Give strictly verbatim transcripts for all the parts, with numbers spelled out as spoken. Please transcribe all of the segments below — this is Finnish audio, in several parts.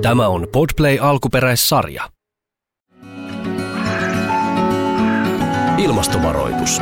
Tämä on Podplay alkuperäissarja. Ilmastovaroitus.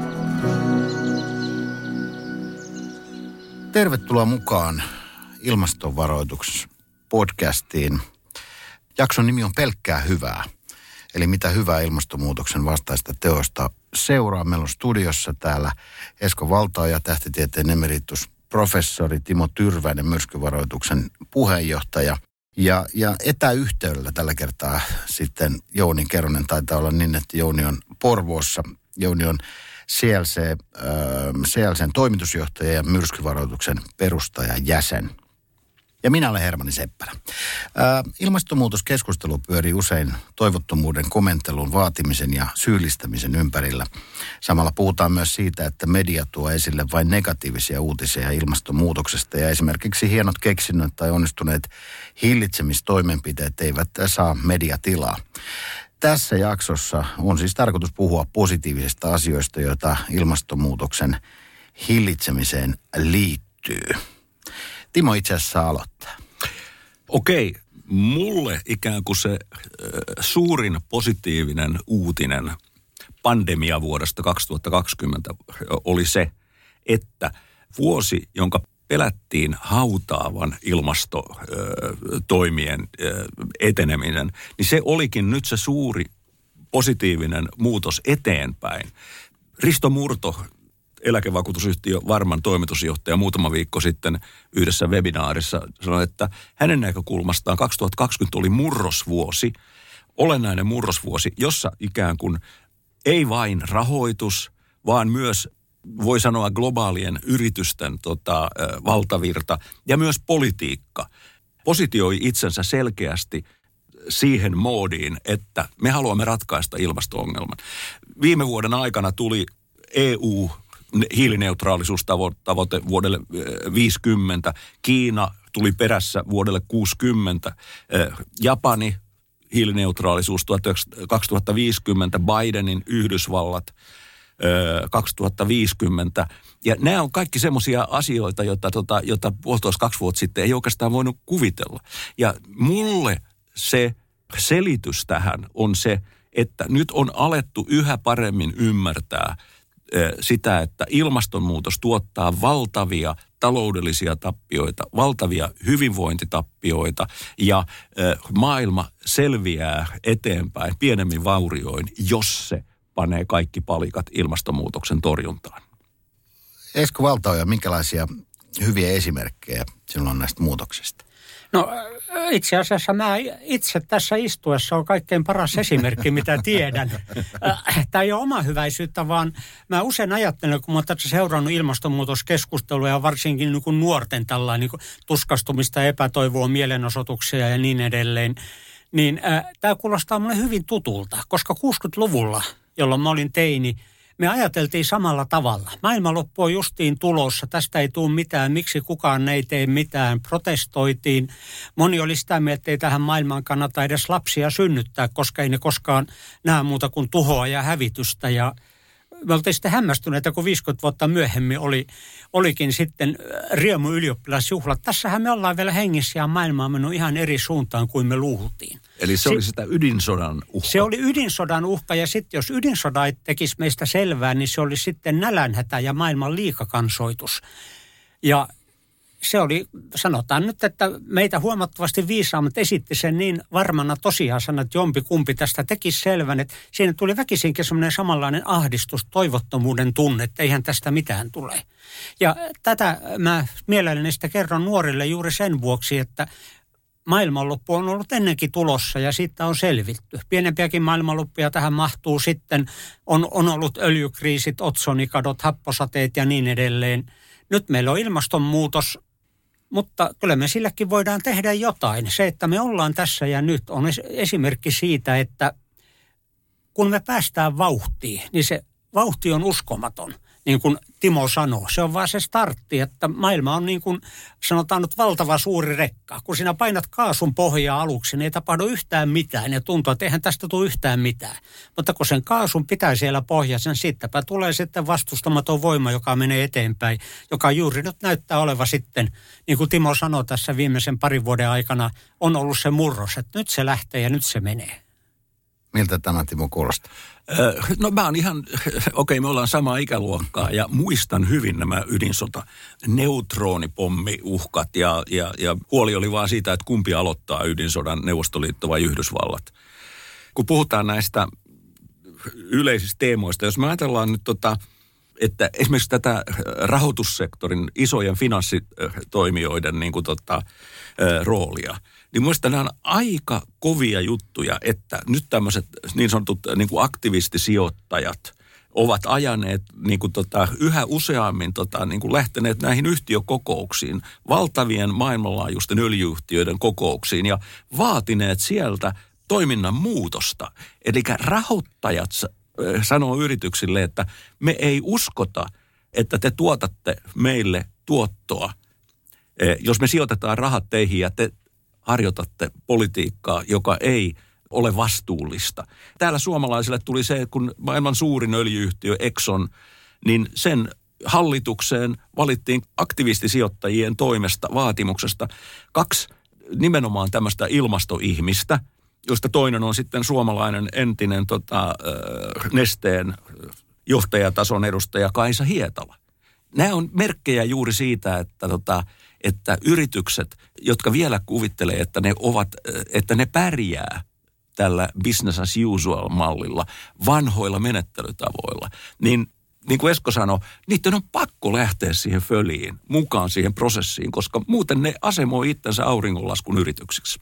Tervetuloa mukaan Ilmastovaroitus podcastiin. Jakson nimi on Pelkkää hyvää. Eli mitä hyvää ilmastonmuutoksen vastaista teosta seuraa. Meillä on studiossa täällä Esko Valtaoja, tähtitieteen emeritusprofessori Timo Tyrväinen, myrskyvaroituksen puheenjohtaja. Ja, ja etäyhteydellä tällä kertaa sitten Jouni Keronen. Taitaa olla niin, että Jouni on Porvoossa. Jouni on C L C, äh, C L C:n toimitusjohtaja ja myrskyvaroituksen perustajajäsen. Ja minä olen Hermanni Seppälä. Ää, ilmastonmuutoskeskustelu pyörii usein toivottomuuden, komentelun, vaatimisen ja syyllistämisen ympärillä. Samalla puhutaan myös siitä, että media tuo esille vain negatiivisia uutisia ilmastonmuutoksesta ja esimerkiksi hienot keksinnöt tai onnistuneet hillitsemistoimenpiteet eivät saa mediatilaa. Tässä jaksossa on siis tarkoitus puhua positiivisista asioista, joita ilmastonmuutoksen hillitsemiseen liittyy. Timo itse asiassa aloittaa. Okei, mulle ikään kuin se äh, suurin positiivinen uutinen pandemiavuodesta kaksituhattakaksikymmentä oli se, että vuosi, jonka pelättiin hautaavan ilmastotoimien äh, äh, eteneminen, niin se olikin nyt se suuri positiivinen muutos eteenpäin. Risto Murto, eläkevakuutusyhtiö Varman toimitusjohtaja, muutama viikko sitten yhdessä webinaarissa sanoi, että hänen näkökulmastaan kaksituhattakaksikymmentä oli murrosvuosi, olennainen murrosvuosi, jossa ikään kuin ei vain rahoitus, vaan myös voi sanoa globaalien yritysten tota, valtavirta ja myös politiikka positioi itsensä selkeästi siihen moodiin, että me haluamme ratkaista ilmasto-ongelman. Viime vuoden aikana tuli E U hiilineutraalisuustavoite vuodelle viisikymmentä. Kiina tuli perässä vuodelle kuusikymmentä. Japani hiilineutraalisuus kaksituhattaviisikymmentä. Bidenin Yhdysvallat kaksituhattaviisikymmentä. Ja nämä on kaikki semmoisia asioita, joita, tota, joita puolitoista kaksi vuotta sitten ei oikeastaan voinut kuvitella. Ja mulle se selitys tähän on se, että nyt on alettu yhä paremmin ymmärtää sitä, että ilmastonmuutos tuottaa valtavia taloudellisia tappioita, valtavia hyvinvointitappioita ja maailma selviää eteenpäin pienemmin vaurioin, jos se panee kaikki palikat ilmastonmuutoksen torjuntaan. Esko Valtaoja, minkälaisia hyviä esimerkkejä sinulla on näistä muutoksista? No itse asiassa mä itse tässä istuessa on kaikkein paras esimerkki, mitä tiedän. Tämä ei ole oma hyväisyyttä, vaan mä usein ajattelen, kun mä oon tässä seurannut ilmastonmuutoskeskustelua ja varsinkin niin kuin nuorten tällainen niin kuin tuskastumista, epätoivoa, mielenosoituksia ja niin edelleen, niin äh, tämä kuulostaa mulle hyvin tutulta, koska kuusikymmentäluvulla, jolloin mä olin teini, me ajateltiin samalla tavalla. Maailmanloppu on justiin tulossa, tästä ei tule mitään, miksi kukaan ei tee mitään, protestoitiin. Moni oli sitä mieltä, että ei tähän maailmaan kannata edes lapsia synnyttää, koska ei ne koskaan näe muuta kuin tuhoa ja hävitystä. Ja me oltiin sitten hämmästyneitä, kun viisikymmentä vuotta myöhemmin oli, olikin sitten riemu ylioppilasjuhlat. Tässähän me ollaan vielä hengissä ja maailma on mennyt ihan eri suuntaan kuin me luultiin. Eli se oli sitä ydinsodan uhka. Se oli ydinsodan uhka ja sitten jos ydinsoda ei tekisi meistä selvää, niin se oli sitten nälänhätä ja maailman liikakansoitus. Ja se oli, sanotaan nyt, että meitä huomattavasti viisaammat esitti sen niin varmana tosiasiana, että jompikumpi tästä tekisi selvän, että siinä tuli väkisinkin semmoinen samanlainen ahdistus, toivottomuuden tunne, että eihän tästä mitään tule. Ja tätä mä mielelläni sitä kerron nuorille juuri sen vuoksi, että maailmanloppu on ollut ennenkin tulossa ja siitä on selvitty. Pienempiäkin maailmanloppuja tähän mahtuu sitten. On, on ollut öljykriisit, otsonikadot, happosateet ja niin edelleen. Nyt meillä on ilmastonmuutos, mutta kyllä me silläkin voidaan tehdä jotain. Se, että me ollaan tässä ja nyt, on esimerkki siitä, että kun me päästään vauhtiin, niin se vauhti on uskomaton. niin kuin Timo sanoo. Se on vaan se startti, että maailma on niin kuin sanotaan nyt valtava suuri rekka. Kun sinä painat kaasun pohjaa aluksi, niin ei tapahdu yhtään mitään ja tuntuu, että eihän tästä tule yhtään mitään. Mutta kun sen kaasun pitää siellä pohjassa, niin sittenpä tulee sitten vastustamaton voima, joka menee eteenpäin, joka juuri nyt näyttää oleva sitten, niin kuin Timo sanoi tässä viimeisen parin vuoden aikana, on ollut se murros, että nyt se lähtee ja nyt se menee. Miltä tämä Timo kuulostaa? No mä oon ihan, okei okay, me ollaan samaa ikäluokkaa ja muistan hyvin nämä ydinsota, neutronipommiuhkat ja, ja, ja huoli oli vaan siitä, että kumpi aloittaa ydinsodan, Neuvostoliitto vai Yhdysvallat. Kun puhutaan näistä yleisistä teemoista, jos me ajatellaan nyt tota, että esimerkiksi tätä rahoitussektorin isojen finanssitoimijoiden niin kuin tota, roolia, niin mielestäni nämä on aika kovia juttuja, että nyt tämmöiset niin sanotut niin kuin aktivistisijoittajat ovat ajaneet niin kuin tota, yhä useammin tota, niin kuin lähteneet näihin yhtiökokouksiin, valtavien maailmanlaajuisten öljyyhtiöiden kokouksiin ja vaatineet sieltä toiminnan muutosta. Eli rahoittajat sanoo yrityksille, että me ei uskota, että te tuotatte meille tuottoa, jos me sijoitetaan rahat teihin ja te harjoitatte politiikkaa, joka ei ole vastuullista. Täällä suomalaisille tuli se, että kun maailman suurin öljyyhtiö Exxon, niin sen hallitukseen valittiin aktivistisijoittajien toimesta vaatimuksesta kaksi nimenomaan tämmöistä ilmastoihmistä, josta toinen on sitten suomalainen entinen tota, Nesteen johtajatason edustaja Kaisa Hietala. Nämä on merkkejä juuri siitä, että, tota, että yritykset, jotka vielä kuvittelee, että ne, ovat, että ne pärjää tällä business as usual mallilla, vanhoilla menettelytavoilla, niin niin kuin Esko sanoi, niiden on pakko lähteä siihen föliin, mukaan siihen prosessiin, koska muuten ne asemoi itsensä auringonlaskun yrityksiksi.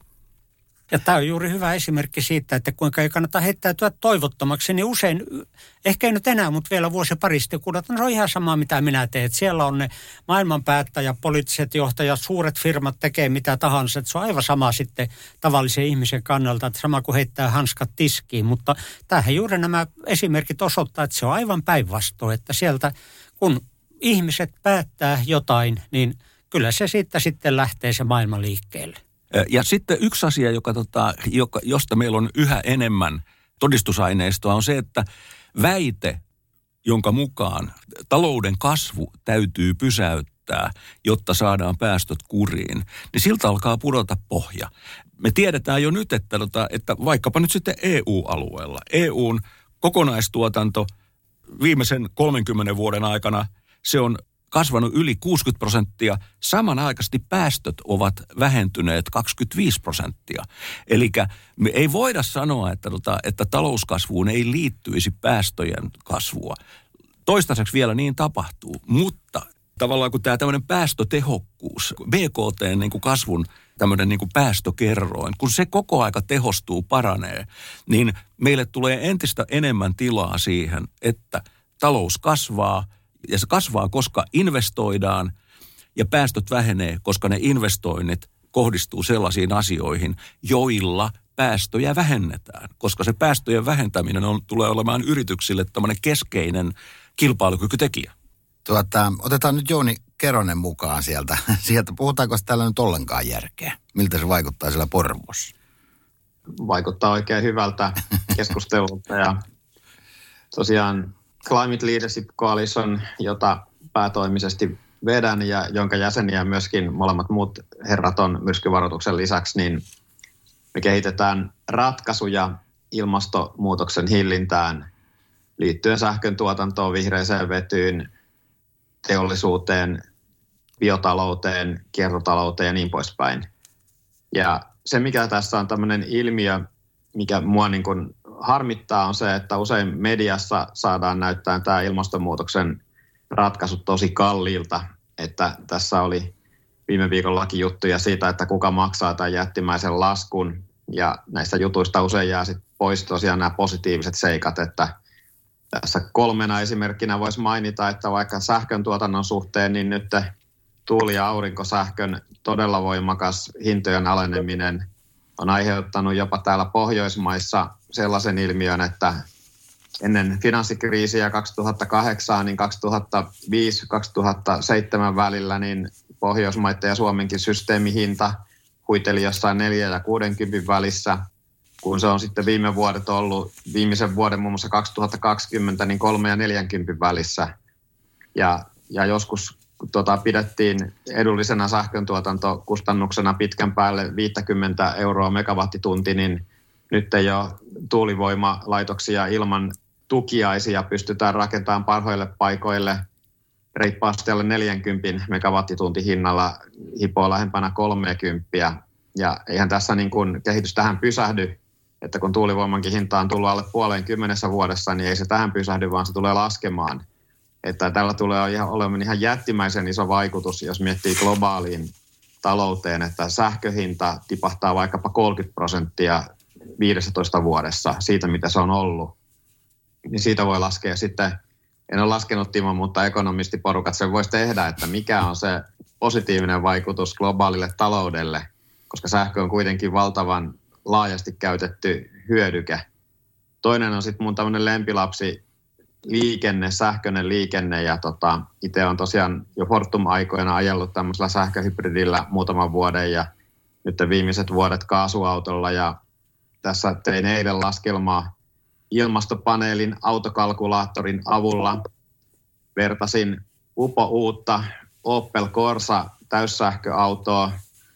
Ja tämä on juuri hyvä esimerkki siitä, että kuinka ei kannata heittäytyä toivottomaksi, niin usein, ehkä ei nyt enää, mutta vielä vuosi pari sitten kuudelta, no se on ihan sama mitä minä teen. Siellä on ne maailmanpäättäjät, poliittiset johtajat, suuret firmat tekee mitä tahansa, että se on aivan sama sitten tavallisen ihmisen kannalta, että sama kuin heittää hanskat tiskiin, mutta tämähän juuri nämä esimerkit osoittaa, että se on aivan päinvastoin, että sieltä kun ihmiset päättää jotain, niin kyllä se siitä sitten lähtee se maailma liikkeelle. Ja sitten yksi asia, joka, tota, joka, josta meillä on yhä enemmän todistusaineistoa, on se, että väite, jonka mukaan talouden kasvu täytyy pysäyttää, jotta saadaan päästöt kuriin, niin siltä alkaa pudota pohja. Me tiedetään jo nyt, että, että vaikkapa nyt sitten E U-alueella, E U:n kokonaistuotanto viimeisen kolmenkymmenen vuoden aikana, se on kasvanut yli kuusikymmentä prosenttia. Samanaikaisesti päästöt ovat vähentyneet kaksikymmentäviisi prosenttia. Eli me ei voida sanoa, että, että talouskasvuun ei liittyisi päästöjen kasvua. Toistaiseksi vielä niin tapahtuu, mutta tavallaan kun tämä tämmöinen päästötehokkuus, B K T niin kuin kasvun tämmöinen niin kuin päästökerroin, kun se koko aika tehostuu, paranee, niin meille tulee entistä enemmän tilaa siihen, että talous kasvaa. Ja se kasvaa, koska investoidaan ja päästöt vähenee, koska ne investoinnit kohdistuu sellaisiin asioihin, joilla päästöjä vähennetään. Koska se päästöjen vähentäminen on, tulee olemaan yrityksille tämmöinen keskeinen kilpailukykytekijä. Tuota, otetaan nyt Jouni Keronen mukaan sieltä. Sieltä puhutaanko täällä nyt ollenkaan järkeä? Miltä se vaikuttaa siellä Porvoossa? Vaikuttaa oikein hyvältä keskustelulta ja tosiaan Climate Leadership Coalition, jota päätoimisesti vedän ja jonka jäseniä myöskin molemmat muut herrat on myrskyvaroituksen lisäksi, niin me kehitetään ratkaisuja ilmastonmuutoksen hillintään liittyen sähkön tuotantoon, vihreiseen vetyyn, teollisuuteen, biotalouteen, kiertotalouteen ja niin poispäin. Ja se, mikä tässä on tämmöinen ilmiö, mikä mua niin kuin harmittaa, on se, että usein mediassa saadaan näyttää tämä ilmastonmuutoksen ratkaisut tosi kalliilta. Että tässä oli viime viikollakin juttuja siitä, että kuka maksaa tämän jättimäisen laskun. Ja näistä jutuista usein jää sit pois tosiaan nämä positiiviset seikat, että tässä kolmena esimerkkinä voisi mainita, että vaikka sähkön tuotannon suhteen, niin nyt tuuli- ja aurinkosähkön todella voimakas hintojen aleneminen on aiheuttanut jopa täällä Pohjoismaissa sellaisen ilmiön, että ennen finanssikriisiä kaksituhattakahdeksan, niin kaksituhattaviisi kaksituhattaseitsemän välillä niin Pohjoismaiden ja Suomenkin systeemihinta huiteli jossain neljä ja kuudenkympin välissä, kun se on sitten viime vuodet ollut, viimeisen vuoden muun muassa kaksituhattakaksikymmentä, niin kolme ja neljänkympin välissä. Ja, ja joskus tota, pidettiin edullisena sähköntuotantokustannuksena pitkän päälle viisikymmentä euroa megawattitunti, niin nyt ei ole tuulivoimalaitoksia ilman tukiaisia pystytään rakentamaan parhoille paikoille reippaasti alle neljänkympin megawattitunti hinnalla, hipoo lähempänä kolmekymmentä. Ja eihän tässä niin kuin kehitys tähän pysähdy, että kun tuulivoimankin hinta on tullut alle puoleen kymmenessä vuodessa, niin ei se tähän pysähdy, vaan se tulee laskemaan. Että tällä tulee olemaan ihan jättimäisen iso vaikutus, jos miettii globaaliin talouteen, että sähköhinta tipahtaa vaikkapa kolmekymmentä prosenttia viidessätoista vuodessa siitä, mitä se on ollut. Niin siitä voi laskea sitten, en ole laskenut Timo, mutta ekonomistiporukat sen voisi tehdä, että mikä on se positiivinen vaikutus globaalille taloudelle, koska sähkö on kuitenkin valtavan laajasti käytetty hyödyke. Toinen on sitten mun tämmöinen lempilapsi liikenne, sähköinen liikenne, ja tota, itse on tosiaan jo Fortum-aikoina ajellut tämmöisellä sähköhybridillä muutaman vuoden ja nyt viimeiset vuodet kaasuautolla, ja tässä tein eilen laskelmaa ilmastopaneelin autokalkulaattorin avulla. Vertasin upo uutta Opel Corsa täyssähköautoa,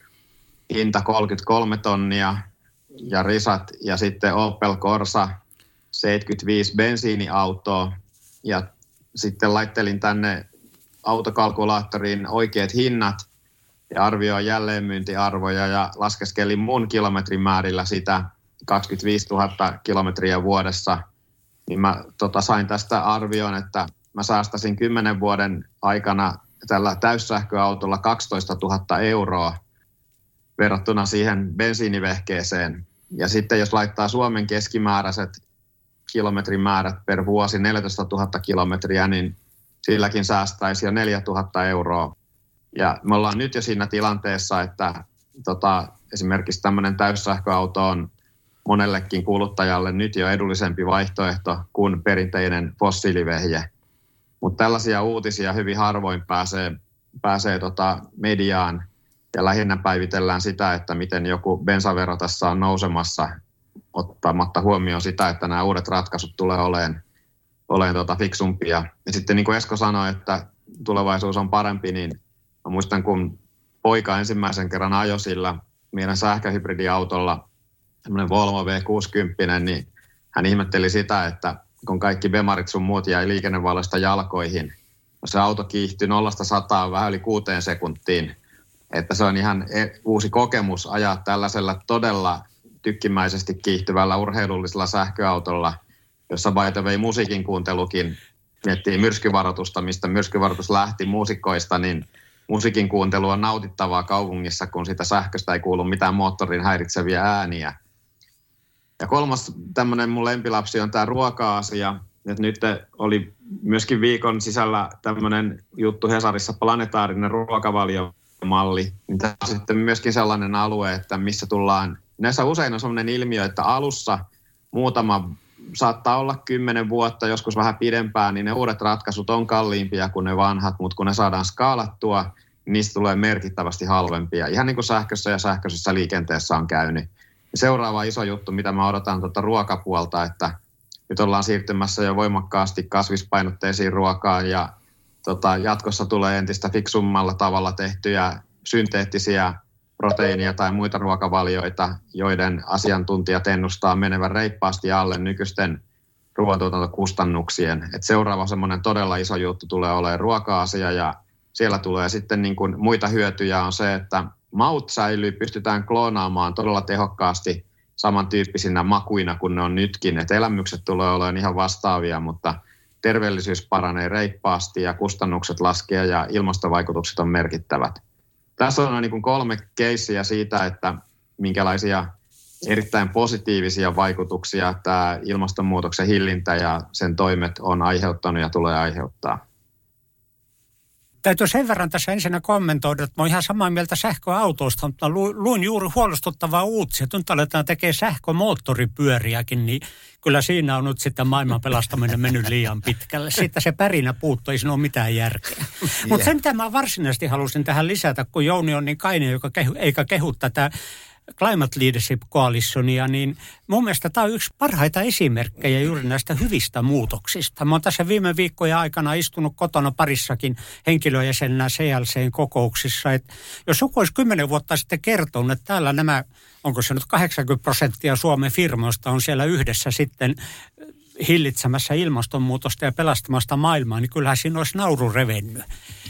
hinta kolmekymmentäkolme tonnia ja risat, ja sitten Opel Corsa seitsemänkymmentäviisi bensiiniautoa, ja sitten laittelin tänne autokalkulaattoriin oikeat hinnat ja arvioin jälleenmyyntiarvoja ja laskeskelin mun kilometrimäärillä sitä kaksikymmentäviisituhatta kilometriä vuodessa, niin mä tota, sain tästä arvioon, että mä säästäisin kymmenen vuoden aikana tällä täyssähköautolla kaksitoistatuhatta euroa verrattuna siihen bensiinivehkeeseen. Ja sitten jos laittaa Suomen keskimääräiset kilometrimäärät per vuosi neljätoistatuhatta kilometriä, niin silläkin säästäisi jo neljätuhatta euroa. Ja me ollaan nyt jo siinä tilanteessa, että tota, esimerkiksi tämmöinen täyssähköauto on monellekin kuluttajalle nyt jo edullisempi vaihtoehto kuin perinteinen fossiilivehje. Mutta tällaisia uutisia hyvin harvoin pääsee, pääsee tota mediaan, ja lähinnä päivitellään sitä, että miten joku bensavero tässä on nousemassa, ottamatta huomioon sitä, että nämä uudet ratkaisut tulee olemaan, olemaan tuota fiksumpia. Ja sitten niin kuin Esko sanoi, että tulevaisuus on parempi, niin mä muistan, kun poika ensimmäisen kerran ajoi sillä meidän sähköhybridiautolla, semmoinen Volvo V kuusikymmentä, niin hän ihmetteli sitä, että kun kaikki bemarit sun muut jäi liikennevaloista jalkoihin, se auto kiihtyi nollasta sataan vähän yli kuuteen sekuntiin, että se on ihan uusi kokemus ajaa tällaisella todella tykkimäisesti kiihtyvällä urheilullisella sähköautolla, jossa by the way musiikin kuuntelukin miettii myrskyvaroitusta, mistä myrskyvaroitus lähti muusikoista, niin musiikin kuuntelu on nautittavaa kaupungissa, kun sitä sähköstä ei kuulu mitään moottorin häiritseviä ääniä. Ja kolmas tämmöinen mun lempilapsi on tämä ruoka-asia. Et nyt oli myöskin viikon sisällä tämmöinen juttu Hesarissa, planetaarinen ruokavaliomalli. Tämä on sitten myöskin sellainen alue, että missä tullaan, näissä usein on sellainen ilmiö, että alussa muutama, saattaa olla kymmenen vuotta, joskus vähän pidempään, niin ne uudet ratkaisut on kalliimpia kuin ne vanhat, mutta kun ne saadaan skaalattua, niin niistä tulee merkittävästi halvempia. Ihan niin kuin sähkössä ja sähköisessä liikenteessä on käynyt. Seuraava iso juttu, mitä mä odotan tuota ruokapuolta, että nyt ollaan siirtymässä jo voimakkaasti kasvispainotteisiin ruokaan, ja tota, jatkossa tulee entistä fiksummalla tavalla tehtyjä synteettisiä proteiinia tai muita ruokavalioita, joiden asiantuntijat ennustaa menevän reippaasti alle nykyisten ruoantuotantokustannuksien. Et seuraava semmoinen todella iso juttu tulee olemaan ruoka-asia, ja siellä tulee sitten niin kuin muita hyötyjä on se, että maut säilyy, pystytään kloonaamaan todella tehokkaasti samantyyppisinä makuina kuin ne on nytkin. Et elämykset tulee olemaan ihan vastaavia, mutta terveellisyys paranee reippaasti ja kustannukset laskee ja ilmastovaikutukset on merkittävät. Tässä on niin kuin kolme keissiä siitä, että minkälaisia erittäin positiivisia vaikutuksia tämä ilmastonmuutoksen hillintä ja sen toimet on aiheuttanut ja tulee aiheuttaa. Täytyy sen verran tässä ensinnä kommentoida, että mä oon ihan samaa mieltä sähköautoista, mutta luin juuri huolestuttavaa uutisia. Nyt aletaan tekemään sähkömoottoripyöriäkin, niin kyllä siinä on nyt sitten maailman pelastaminen mennyt liian pitkälle. Sitten se pärinä puuttuu, ei siinä ole mitään järkeä. Mutta se, mitä mä varsinaisesti halusin tähän lisätä, kun Jouni on niin kainen, joka kehu, eikä kehu tätä Climate Leadership Coalitionia, niin mun mielestä tämä on yksi parhaita esimerkkejä juuri näistä hyvistä muutoksista. Mä oon tässä viime viikkojen aikana istunut kotona parissakin henkilöjäsenä C L C:n kokouksissa. Et jos joku olisi kymmenen vuotta sitten kertonut, että täällä nämä, onko se nyt kahdeksankymmentä prosenttia Suomen firmoista on siellä yhdessä sitten hillitsemässä ilmastonmuutosta ja pelastamasta maailmaa, niin kyllähän siinä olisi nauru revennyt.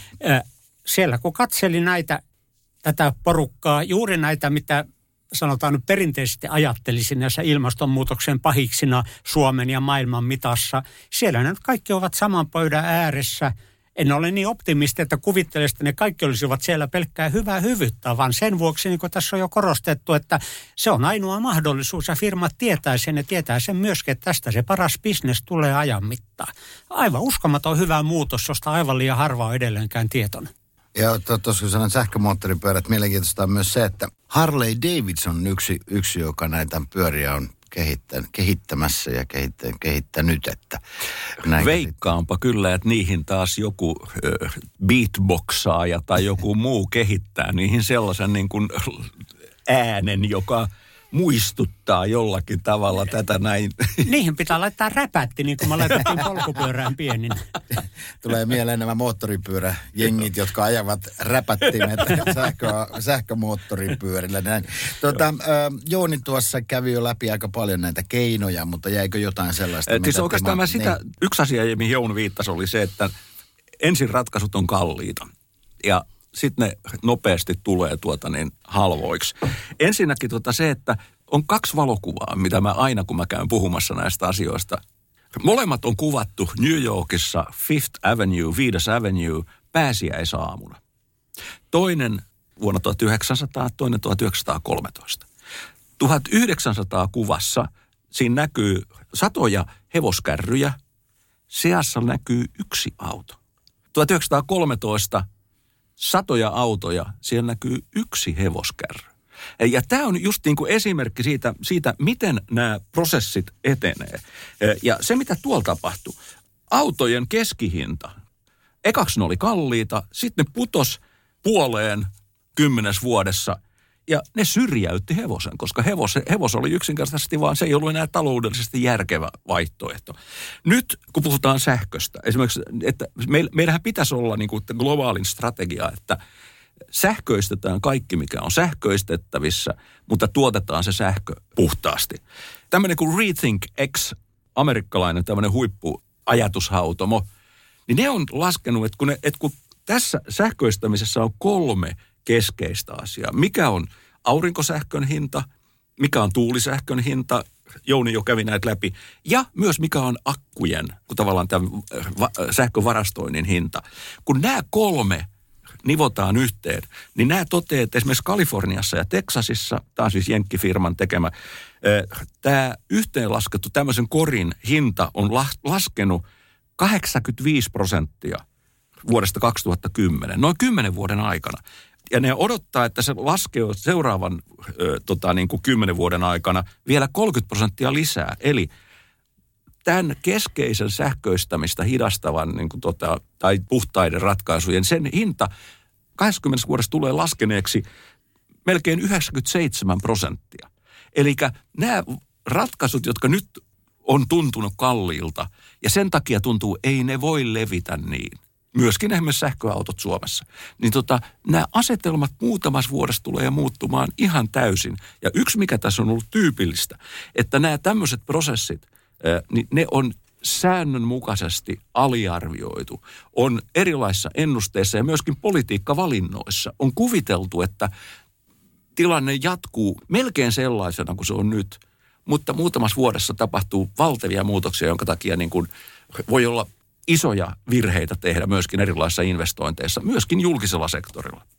Siellä kun katselin näitä, tätä porukkaa, juuri näitä, mitä sanotaan nyt perinteisesti ajattelisin näissä ilmastonmuutoksen pahiksina Suomen ja maailman mitassa. Siellä ne kaikki ovat saman pöydän ääressä. En ole niin optimisti, että kuvittelisin, että ne kaikki olisivat siellä pelkkää hyvää hyvyyttä, vaan sen vuoksi, niin kuin tässä on jo korostettu, että se on ainoa mahdollisuus ja firmat tietää sen ja tietää sen myöskin, että tästä se paras bisnes tulee ajan mittaan. Aivan uskomaton hyvä muutos, josta aivan liian harva on edelleenkään tietoinen. Ja tuossa kun sanon sähkömoottoripyörät, mielenkiintoista on myös se, että Harley Davidson on yksi, yksi joka näitä pyöriä on kehittämässä ja kehittänyt. Että veikkaanpa kyllä, että niihin taas joku äh, beatboxaaja tai joku muu kehittää niihin sellaisen niin kuin äänen, joka muistuttaa jollakin tavalla tätä näin. Niihin pitää laittaa räpätti, niin kuin me laitettiin polkupyörään pienin. Tulee mieleen nämä moottoripyöräjengit, jotka ajavat räpättimet sähkö, sähkömoottoripyörillä. Näin. Tuota, äh, Jouni tuossa kävi jo läpi aika paljon näitä keinoja, mutta jäikö jotain sellaista? Äh, siis oikeastaan mä sitä, niin. Yksi asia, mihin Jouni viittasi, oli se, että ensin ratkaisut on kalliita. Ja sitten ne nopeasti tulee tuota niin halvoiksi. Ensinnäkin tuota se, että on kaksi valokuvaa, mitä mä aina, kun mä käyn puhumassa näistä asioista. Molemmat on kuvattu New Yorkissa Fifth Avenue, Viides Avenue, pääsiäisaamuna. Toinen vuonna tuhatyhdeksänsataa, toinen tuhatyhdeksänsataakolmetoista. tuhatyhdeksänsataa kuvassa siinä näkyy satoja hevoskärryjä, seassa näkyy yksi auto. tuhatyhdeksänsataakolmetoista satoja autoja, siellä näkyy yksi hevoskärry. Ja tämä on just niin kuin esimerkki siitä, siitä, miten nämä prosessit etenee. Ja se, mitä tuolla tapahtuu, autojen keskihinta, ekaksi ne oli kalliita, sitten ne putos puoleen kymmenes vuodessa, ja ne syrjäytti hevosen, koska hevos, hevos oli yksinkertaisesti vaan, se ei ollut enää taloudellisesti järkevä vaihtoehto. Nyt, kun puhutaan sähköstä, esimerkiksi, että meillähän pitäisi olla niin kuin globaalin strategia, että sähköistetään kaikki, mikä on sähköistettävissä, mutta tuotetaan se sähkö puhtaasti. Tämmöinen kuin Rethink X, amerikkalainen tämmöinen huippuajatushautomo, niin ne on laskenut, että kun, ne, että kun tässä sähköistämisessä on kolme keskeistä asiaa. Mikä on aurinkosähkön hinta, mikä on tuulisähkön hinta, Jouni jo kävi näitä läpi, ja myös mikä on akkujen, kun tavallaan tämän sähkövarastoinnin hinta. Kun nämä kolme nivotaan yhteen, niin nämä toteaa, että esimerkiksi Kaliforniassa ja Teksasissa, tämä on siis jenkkifirman tekemä, tämä yhteenlaskettu tämmöisen korin hinta on laskenut kahdeksankymmentäviisi prosenttia vuodesta kaksituhattakymmenen, noin kymmenen vuoden aikana. Ja ne odottaa, että se laskee seuraavan ö, tota, niin kuin kymmenen vuoden aikana vielä kolmekymmentä prosenttia lisää. Eli tämän keskeisen sähköistämistä hidastavan niin kuin tota, tai puhtaiden ratkaisujen, sen hinta kaksikymmentä vuodessa tulee laskeneeksi melkein yhdeksänkymmentäseitsemän prosenttia. Eli nämä ratkaisut, jotka nyt on tuntunut kalliilta ja sen takia tuntuu, ei ne voi levitä niin. Myöskin esimerkiksi sähköautot Suomessa. Niin tota, nämä asetelmat muutamassa vuodessa tulee muuttumaan ihan täysin. Ja yksi, mikä tässä on ollut tyypillistä, että nämä tämmöiset prosessit, niin ne on säännönmukaisesti aliarvioitu. On erilaisissa ennusteissa ja myöskin politiikkavalinnoissa on kuviteltu, että tilanne jatkuu melkein sellaisena kuin se on nyt. Mutta muutamassa vuodessa tapahtuu valtavia muutoksia, jonka takia niin kuin voi olla isoja virheitä tehdä myöskin erilaisissa investointeissa, myöskin julkisella sektorilla.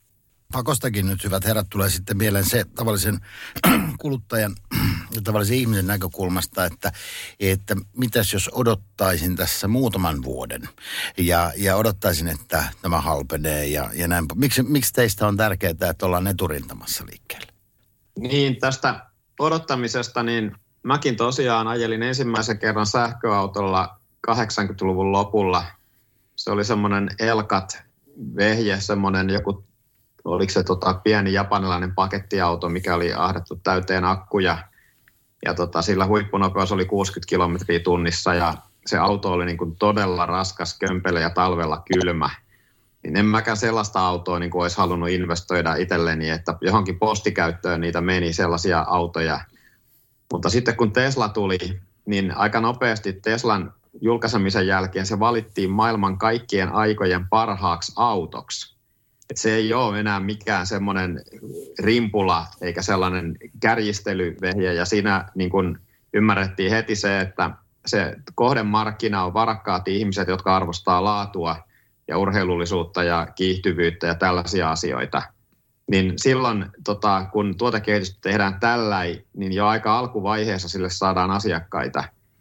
Pakostakin nyt, hyvät herrat, tulee sitten mieleen se tavallisen kuluttajan ja tavallisen ihmisen näkökulmasta, että, että mitäs jos odottaisin tässä muutaman vuoden ja, ja odottaisin, että tämä halpenee ja, ja näin. Miksi, miksi teistä on tärkeää, että ollaan eturintamassa liikkeelle? Niin, tästä odottamisesta, niin mäkin tosiaan ajelin ensimmäisen kerran sähköautolla kahdeksankymmentäluvun lopulla. Se oli semmoinen Elkat-vehje, semmoinen joku, oliko se tota, pieni japanilainen pakettiauto, mikä oli ahdettu täyteen akkuja. Ja tota, sillä huippunopeus oli kuusikymmentä kilometriä tunnissa ja se auto oli niin kuin todella raskas, kömpelö ja talvella kylmä. Niin en mäkään sellaista autoa niin kuin olisi halunnut investoida itselleni, että johonkin postikäyttöön niitä meni sellaisia autoja. Mutta sitten kun Tesla tuli, niin aika nopeasti Teslan julkaisemisen jälkeen se valittiin maailman kaikkien aikojen parhaaksi autoksi. Et se ei ole enää mikään semmoinen rimpula eikä sellainen kärjistelyvehje. Ja siinä niin kun ymmärrettiin heti se, että se kohdemarkkina on varakkaat ihmiset, jotka arvostaa laatua ja urheilullisuutta ja kiihtyvyyttä ja tällaisia asioita. Niin silloin, tota, kun tuotekehitystä tehdään tälläin, niin jo aika alkuvaiheessa sille saadaan asiakkaita.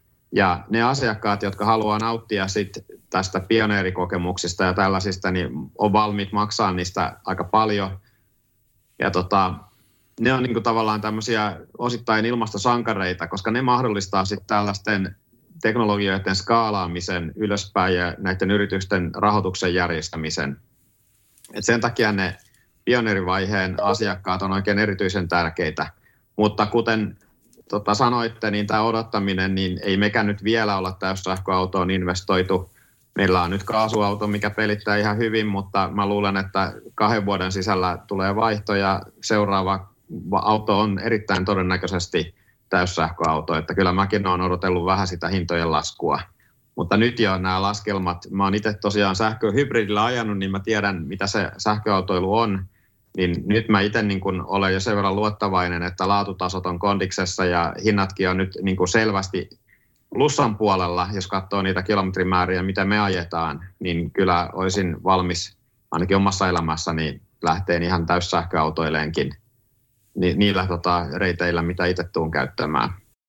Ja ne asiakkaat, jotka haluaa nauttia sit tästä pioneerikokemuksista ja tällaisista, niin on valmiit maksaa niistä aika paljon. Ja tota, ne on niinku tavallaan tämmöisiä osittain ilmastosankareita, koska ne mahdollistaa sitten tällaisten teknologioiden skaalaamisen ylöspäin ja näiden yritysten rahoituksen järjestämisen. Et sen takia ne pioneerivaiheen asiakkaat on oikein erityisen tärkeitä. Mutta kuten tota, sanoitte, niin tämä odottaminen, niin ei mekään nyt vielä olla täyssähköautoon investoitu. Meillä on nyt kaasuauto, mikä pelittää ihan hyvin, mutta mä luulen, että kahden vuoden sisällä tulee vaihto ja seuraava auto on erittäin todennäköisesti täyssähköauto. Että kyllä mäkin olen odotellut vähän sitä hintojen laskua. Mutta nyt jo nämä laskelmat, mä oon itse tosiaan sähköhybridillä ajanut, niin mä tiedän, mitä se sähköautoilu on. Niin nyt mä itse niin kun olen jo sen verran luottavainen, että laatutasot on kondiksessa ja hinnatkin on nyt niin kun selvästi plussan puolella, jos katsoo niitä kilometrimääriä, mitä me ajetaan, niin kyllä olisin valmis ainakin omassa elämässäni lähteen ihan täyssähköautoileenkin ni- niillä tota, reiteillä, mitä itse tuun käyttämään.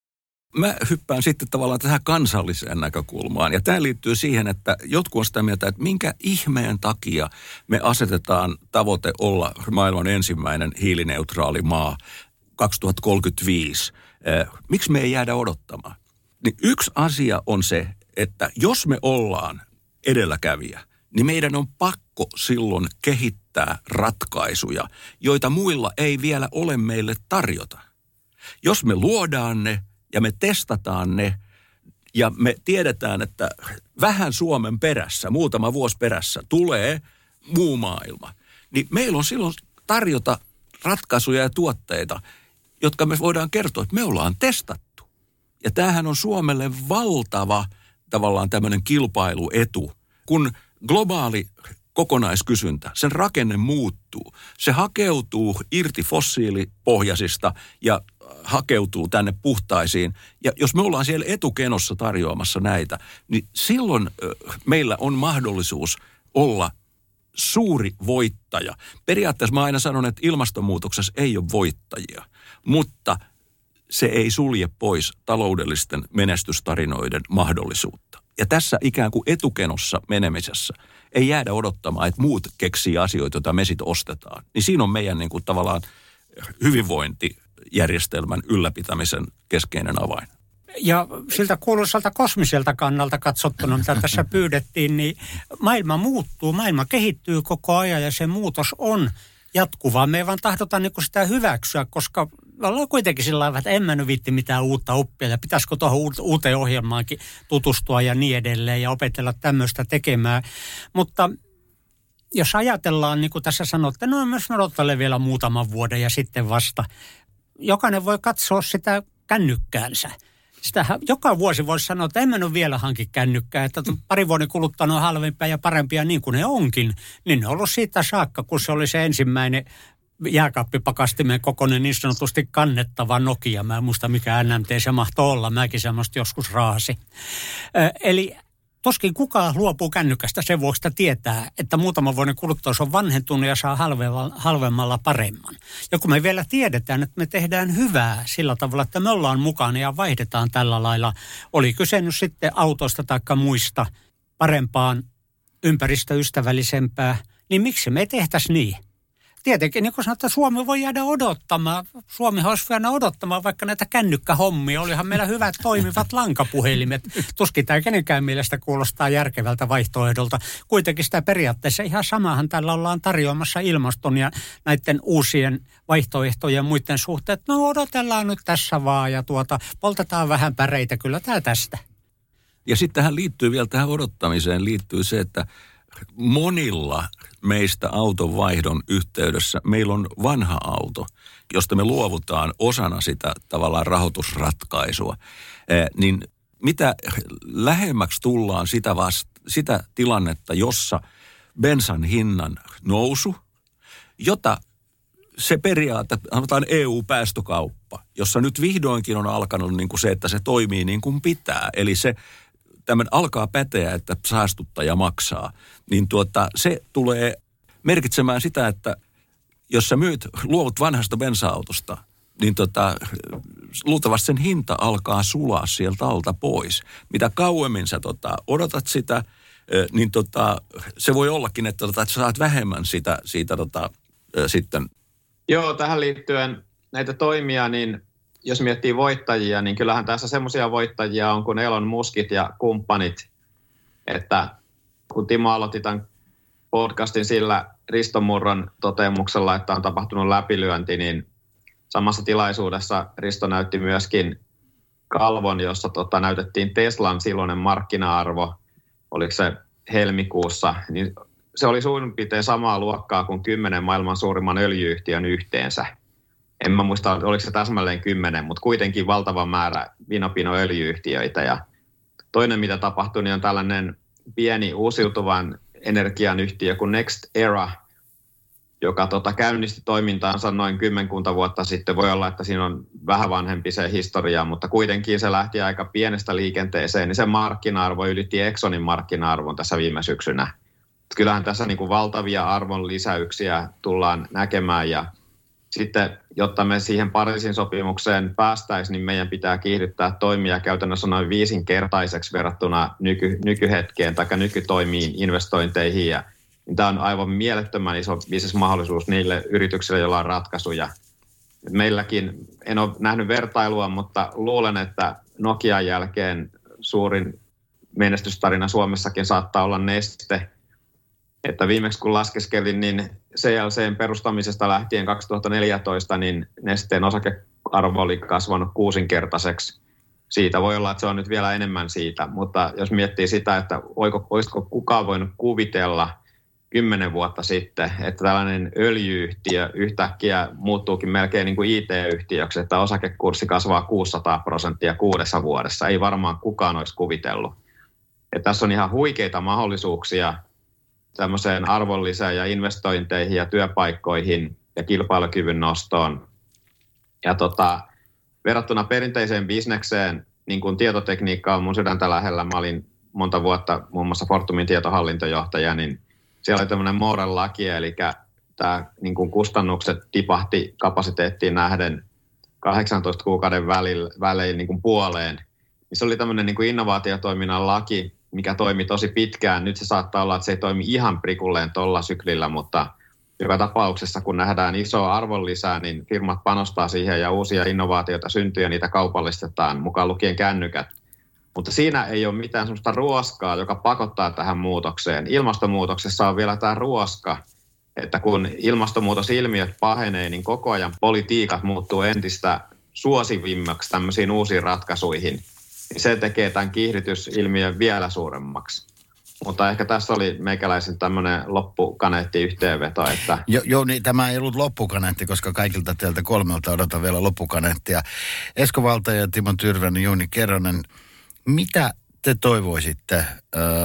Mä hyppään sitten tavallaan tähän kansalliseen näkökulmaan. Ja tämä liittyy siihen, että jotkut on sitä mieltä, että minkä ihmeen takia me asetetaan tavoite olla maailman ensimmäinen hiilineutraali maa kaksituhattakolmekymmentäviisi. Eh, miksi me ei jäädä odottamaan? Niin yksi asia on se, että jos me ollaan edelläkävijä, niin meidän on pakko silloin kehittää ratkaisuja, joita muilla ei vielä ole meille tarjota. Jos me luodaan ne, ja me testataan ne ja me tiedetään, että vähän Suomen perässä, muutama vuosi perässä tulee muu maailma. Niin meillä on silloin tarjota ratkaisuja ja tuotteita, jotka me voidaan kertoa, että me ollaan testattu. Ja tämähän on Suomelle valtava tavallaan tämmöinen kilpailuetu, kun globaali kokonaiskysyntä, sen rakenne muuttuu. Se hakeutuu irti fossiilipohjaisista ja hakeutuu tänne puhtaisiin. Ja jos me ollaan siellä etukenossa tarjoamassa näitä, niin silloin meillä on mahdollisuus olla suuri voittaja. Periaatteessa mä aina sanon, että ilmastonmuutoksessa ei ole voittajia, mutta se ei sulje pois taloudellisten menestystarinoiden mahdollisuutta. Ja tässä ikään kuin etukenossa menemisessä ei jäädä odottamaan, että muut keksii asioita, joita me sitten ostetaan. Niin siinä on meidän niin kuin tavallaan hyvinvointijärjestelmän ylläpitämisen keskeinen avain. Ja siltä kuuluisalta kosmiselta kannalta katsottuna, mitä tässä pyydettiin, niin maailma muuttuu, maailma kehittyy koko ajan ja se muutos on jatkuvaa. Me ei vaan tahdota niin kuin sitä hyväksyä, koska me ollaan kuitenkin sillä lailla, että en mä nyt viitti mitään uutta oppia ja pitäisikö tuohon uuteen ohjelmaankin tutustua ja niin edelleen ja opetella tämmöistä tekemään. Mutta jos ajatellaan, niin kuin tässä sanotte, no myös odottelen vielä muutaman vuoden ja sitten vasta. Jokainen voi katsoa sitä kännykkäänsä. Sitä joka vuosi voisi sanoa, että en mä nyt vielä hanki kännykkää, että pari vuoden kuluttua on halvempia ja parempia niin kuin ne onkin. Niin ne on ollut siitä saakka, kun se oli se ensimmäinen jääkaappipakastimen kokoinen niin sanotusti kannettava Nokia. Mä en muista mikä N M T se mahtoi olla, mäkin semmoista joskus raasi. Eli Tuskin kukaan luopuu kännykästä sen vuoksi, että tietää, että muutaman vuoden kuluttua se on vanhentunut ja saa halvemmalla, halvemmalla paremman. Ja kun me vielä tiedetään, että me tehdään hyvää sillä tavalla, että me ollaan mukana ja vaihdetaan tällä lailla, oli kyse nyt sitten autoista tai muista parempaan, ympäristöystävällisempää, niin miksi me ei tehtäisi niin? Tietenkin, niin kuin sanotaan, Suomi voi jäädä odottamaan. Suomi olisi jäädä odottamaan vaikka näitä kännykkähommia. Olihan meillä hyvät toimivat lankapuhelimet. Tuskin tämä kenenkään mielestä kuulostaa järkevältä vaihtoehdolta. Kuitenkin sitä periaatteessa ihan samahan tällä ollaan tarjoamassa ilmaston ja näiden uusien vaihtoehtojen ja muiden suhteen. No odotellaan nyt tässä vaan ja tuota, poltetaan vähän päreitä. Kyllä tämä tästä. Ja sitten tähän liittyy vielä tähän odottamiseen liittyy se, että monilla meistä auton vaihdon yhteydessä meillä on vanha auto, josta me luovutaan osana sitä tavallaan rahoitusratkaisua. Eh, niin mitä lähemmäksi tullaan sitä, vasta, sitä tilannetta, jossa bensan hinnan nousu, jota se periaate, sanotaan E U-päästökauppa, jossa nyt vihdoinkin on alkanut niin kuin se, että se toimii niin kuin pitää. Eli se tämän alkaa päteä, että saastuttaja maksaa, niin tuota, se tulee merkitsemään sitä, että jos sä myyt, luovut vanhasta bensa-autosta, niin tota, luultavasti sen hinta alkaa sulaa sieltä alta pois. Mitä kauemmin sä tota, odotat sitä, niin tota, se voi ollakin, että, tota, että sä saat vähemmän sitä, siitä tota, sitten. Joo, tähän liittyen näitä toimia, niin jos miettii voittajia, niin kyllähän tässä semmoisia voittajia on kuin Elon Muskit ja kumppanit, että kun Timo aloitti tämän podcastin sillä Risto Murron toteamuksella, että on tapahtunut läpilyönti, niin samassa tilaisuudessa Risto näytti myöskin kalvon, jossa tota, näytettiin Teslan silloinen markkina-arvo, oliko se helmikuussa, niin se oli suurin piirtein samaa luokkaa kuin kymmenen maailman suurimman öljy-yhtiön yhteensä. En mä muista, oliko se täsmälleen kymmenen, mutta kuitenkin valtava määrä vinopino öljy-yhtiöitä. Ja toinen, mitä tapahtui, niin on tällainen pieni uusiutuvan energian yhtiö kuin Next Era, joka tota, käynnisti toimintaansa noin kymmenkunta vuotta sitten. Voi olla, että siinä on vähän vanhempi se historia, mutta kuitenkin se lähti aika pienestä liikenteeseen, niin se markkina-arvo ylitti Exxonin markkina-arvon tässä viime syksynä. Kyllähän tässä niin kuin valtavia arvon lisäyksiä tullaan näkemään ja sitten, jotta me siihen Pariisin sopimukseen päästäisiin, niin meidän pitää kiihdyttää toimia käytännössä noin viisinkertaiseksi verrattuna nyky, nykyhetkeen tai nykytoimiin, investointeihin. Ja, niin tämä on aivan mielettömän iso bisnesmahdollisuus niille yrityksille, joilla on ratkaisuja. Meilläkin, en ole nähnyt vertailua, mutta luulen, että Nokian jälkeen suurin menestystarina Suomessakin saattaa olla Neste. Että viimeksi kun laskeskelin, niin C L C:n perustamisesta lähtien kaksituhattaneljätoista, niin Nesteen osakearvo oli kasvanut kuusinkertaiseksi. Siitä voi olla, että se on nyt vielä enemmän siitä, mutta jos miettii sitä, että olisiko kukaan voinut kuvitella kymmenen vuotta sitten, että tällainen öljy-yhtiö yhtäkkiä muuttuukin melkein niin kuin I T-yhtiöksi, että osakekurssi kasvaa kuusisataa prosenttia kuudessa vuodessa. Ei varmaan kukaan olisi kuvitellut. Ja tässä on ihan huikeita mahdollisuuksia tämmöiseen arvonlisään ja investointeihin ja työpaikkoihin ja kilpailukyvyn nostoon. Ja tota, verrattuna perinteiseen bisnekseen, niin kuin tietotekniikka on mun sydäntä lähellä, mä olin monta vuotta muun muassa Fortumin tietohallintojohtaja, niin siellä oli tämmöinen Mooren laki, eli tämä niin kuin kustannukset tipahti kapasiteettiin nähden kahdeksantoista kuukauden välein, välein niin kuin puoleen. Se oli tämmöinen niin kuin innovaatiotoiminnan laki, mikä toimi tosi pitkään. Nyt se saattaa olla, että se ei toimi ihan prikulleen tuolla syklillä, mutta joka tapauksessa, kun nähdään isoa arvonlisää, niin firmat panostaa siihen ja uusia innovaatioita syntyy ja niitä kaupallistetaan, mukaan lukien kännykät. Mutta siinä ei ole mitään sellaista ruoskaa, joka pakottaa tähän muutokseen. Ilmastonmuutoksessa on vielä tämä ruoska, että kun ilmastonmuutosilmiöt pahenee, niin koko ajan politiikat muuttuu entistä suosivimmaksi tämmöisiin uusiin ratkaisuihin. Se tekee tämän kiihdytysilmiön vielä suuremmaksi. Mutta ehkä tässä oli meikäläisen tämmöinen loppukaneetti-yhteenveto, että... Joo, jo, niin tämä ei ollut loppukaneetti, koska kaikilta teiltä kolmelta odotan vielä loppukaneettia. Esko Valtaja ja Timo Tyrväinen, Jouni Keronen, mitä te toivoisitte äh,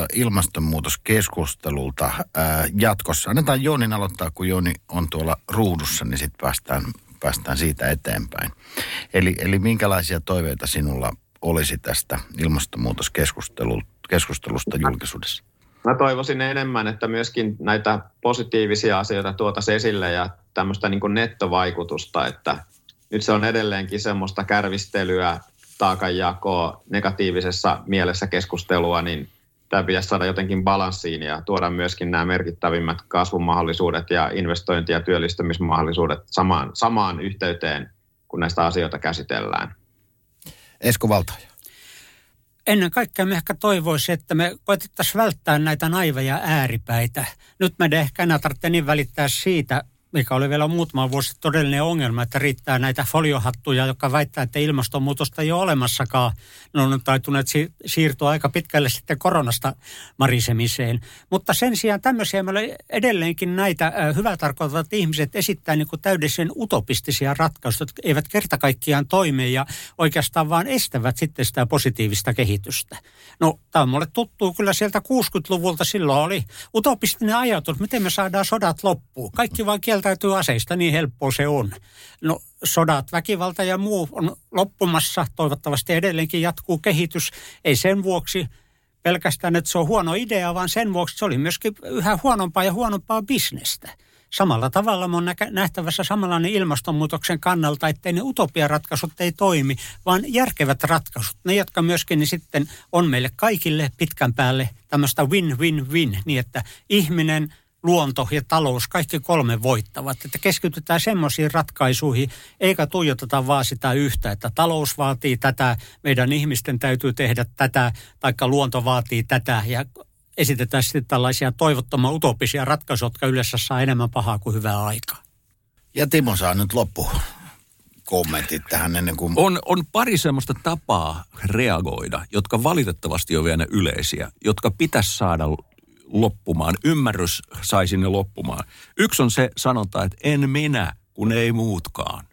ilmastonmuutoskeskustelulta äh, jatkossa? Annetaan Jounin aloittaa, kun Jouni on tuolla ruudussa, niin sitten päästään, päästään siitä eteenpäin. Eli, eli minkälaisia toiveita sinulla olisi tästä ilmastonmuutoskeskustelusta keskustelusta julkisuudessa? Mä toivoisin enemmän, että myöskin näitä positiivisia asioita tuotaisiin esille ja tämmöistä niin kuin nettovaikutusta, että nyt se on edelleenkin semmoista kärvistelyä, taakanjakoa, negatiivisessa mielessä keskustelua, niin tämä pitäisi saada jotenkin balanssiin ja tuoda myöskin nämä merkittävimmät kasvumahdollisuudet ja investointi- ja työllistymismahdollisuudet samaan, samaan yhteyteen, kun näistä asioita käsitellään. Esko Valtoja. Ennen kaikkea me ehkä toivoisin, että me koetettaisiin välttää näitä naiveja ääripäitä. Nyt me ehkä enää tarvitse niin välittää siitä, mikä oli vielä muutama vuosi todellinen ongelma, että riittää näitä foliohattuja, jotka väittää, että ilmastonmuutosta ei ole olemassakaan. Ne on taituneet si- siirtyä aika pitkälle sitten koronasta marisemiseen. Mutta sen sijaan tämmöisiä meillä edelleenkin näitä äh, hyvää tarkoittavat ihmiset esittää niin kuin täydellisen utopistisia ratkaisuja, jotka eivät kerta kaikkiaan toimi ja oikeastaan vaan estävät sitten sitä positiivista kehitystä. No, tämä on mulle tuttuu kyllä sieltä kuusikymmentäluvulta. Silloin oli utopistinen ajatus, miten me saadaan sodat loppuun. Kaikki vaan kieltäytyy aseista, niin helppoa se on. No, sodat, väkivalta ja muu on loppumassa. Toivottavasti edelleenkin jatkuu kehitys. Ei sen vuoksi pelkästään, että se on huono idea, vaan sen vuoksi se oli myöskin yhä huonompaa ja huonompaa bisnestä. Samalla tavalla on nähtävässä samanlainen ilmastonmuutoksen kannalta, ettei ne utopiaratkaisut ei toimi, vaan järkevät ratkaisut. Ne, jotka myöskin niin sitten on meille kaikille pitkän päälle tämmöistä win-win-win, niin että ihminen, luonto ja talous, kaikki kolme voittavat. Että keskitytään semmoisiin ratkaisuihin, eikä tuijoteta vaan sitä yhtä, että talous vaatii tätä, meidän ihmisten täytyy tehdä tätä, taikka luonto vaatii tätä, ja esitetään sitten tällaisia toivottoman utopisia ratkaisuja, jotka yleensä saa enemmän pahaa kuin hyvää aikaa. Ja Timo saa nyt loppu kommentit tähän ennen kuin... On, on pari semmoista tapaa reagoida, jotka valitettavasti on vielä yleisiä, jotka pitäisi saada loppumaan. Ymmärrys saisi ne loppumaan. Yksi on se sanonta, että en minä, kun ei muutkaan.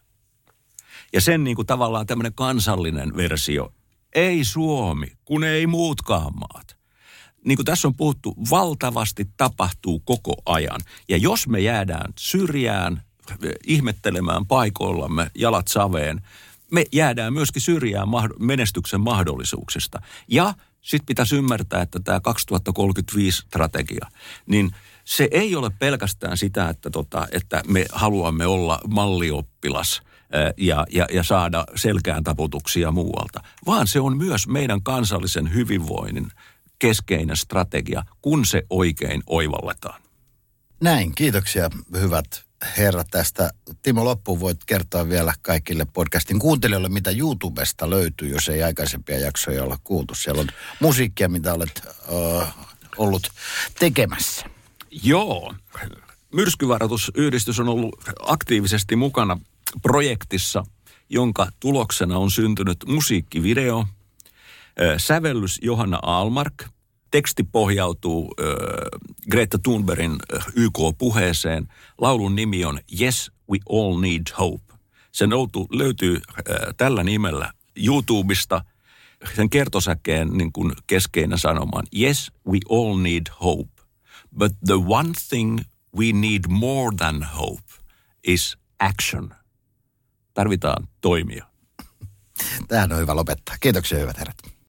Ja sen niin kuin tavallaan tämmöinen kansallinen versio. Ei Suomi, kun ei muutkaan maat. Niin kuin tässä on puhuttu, valtavasti tapahtuu koko ajan. Ja jos me jäädään syrjään, ihmettelemään paikoillamme jalat saveen, me jäädään myöskin syrjään menestyksen mahdollisuuksista. Ja sitten pitäisi ymmärtää, että tämä kaksituhattakolmekymmentäviisi-strategia, niin se ei ole pelkästään sitä, että, tota, että me haluamme olla mallioppilas ja, ja, ja saada selkään taputuksia muualta, vaan se on myös meidän kansallisen hyvinvoinnin keskeinen strategia, kun se oikein oivalletaan. Näin, kiitoksia hyvät herrat tästä. Timo, loppuun voit kertoa vielä kaikille podcastin kuuntelijoille, mitä YouTubesta löytyy, jos ei aikaisempia jaksoja olla kuultu. Siellä on musiikkia, mitä olet uh, ollut tekemässä. Joo. Myrskyvaroitusyhdistys on ollut aktiivisesti mukana projektissa, jonka tuloksena on syntynyt musiikkivideo, sävellys Johanna Ahlmark. Teksti pohjautuu äh, Greta Thunbergin äh, Y K-puheeseen. Laulun nimi on Yes, We All Need Hope. Se löytyy äh, tällä nimellä YouTubesta. Sen kertosäkeen niin kuin keskeinen sanomaan Yes, we all need hope. But the one thing we need more than hope is action. Tarvitaan toimia. Tähän on hyvä lopettaa. Kiitoksia hyvät herrat.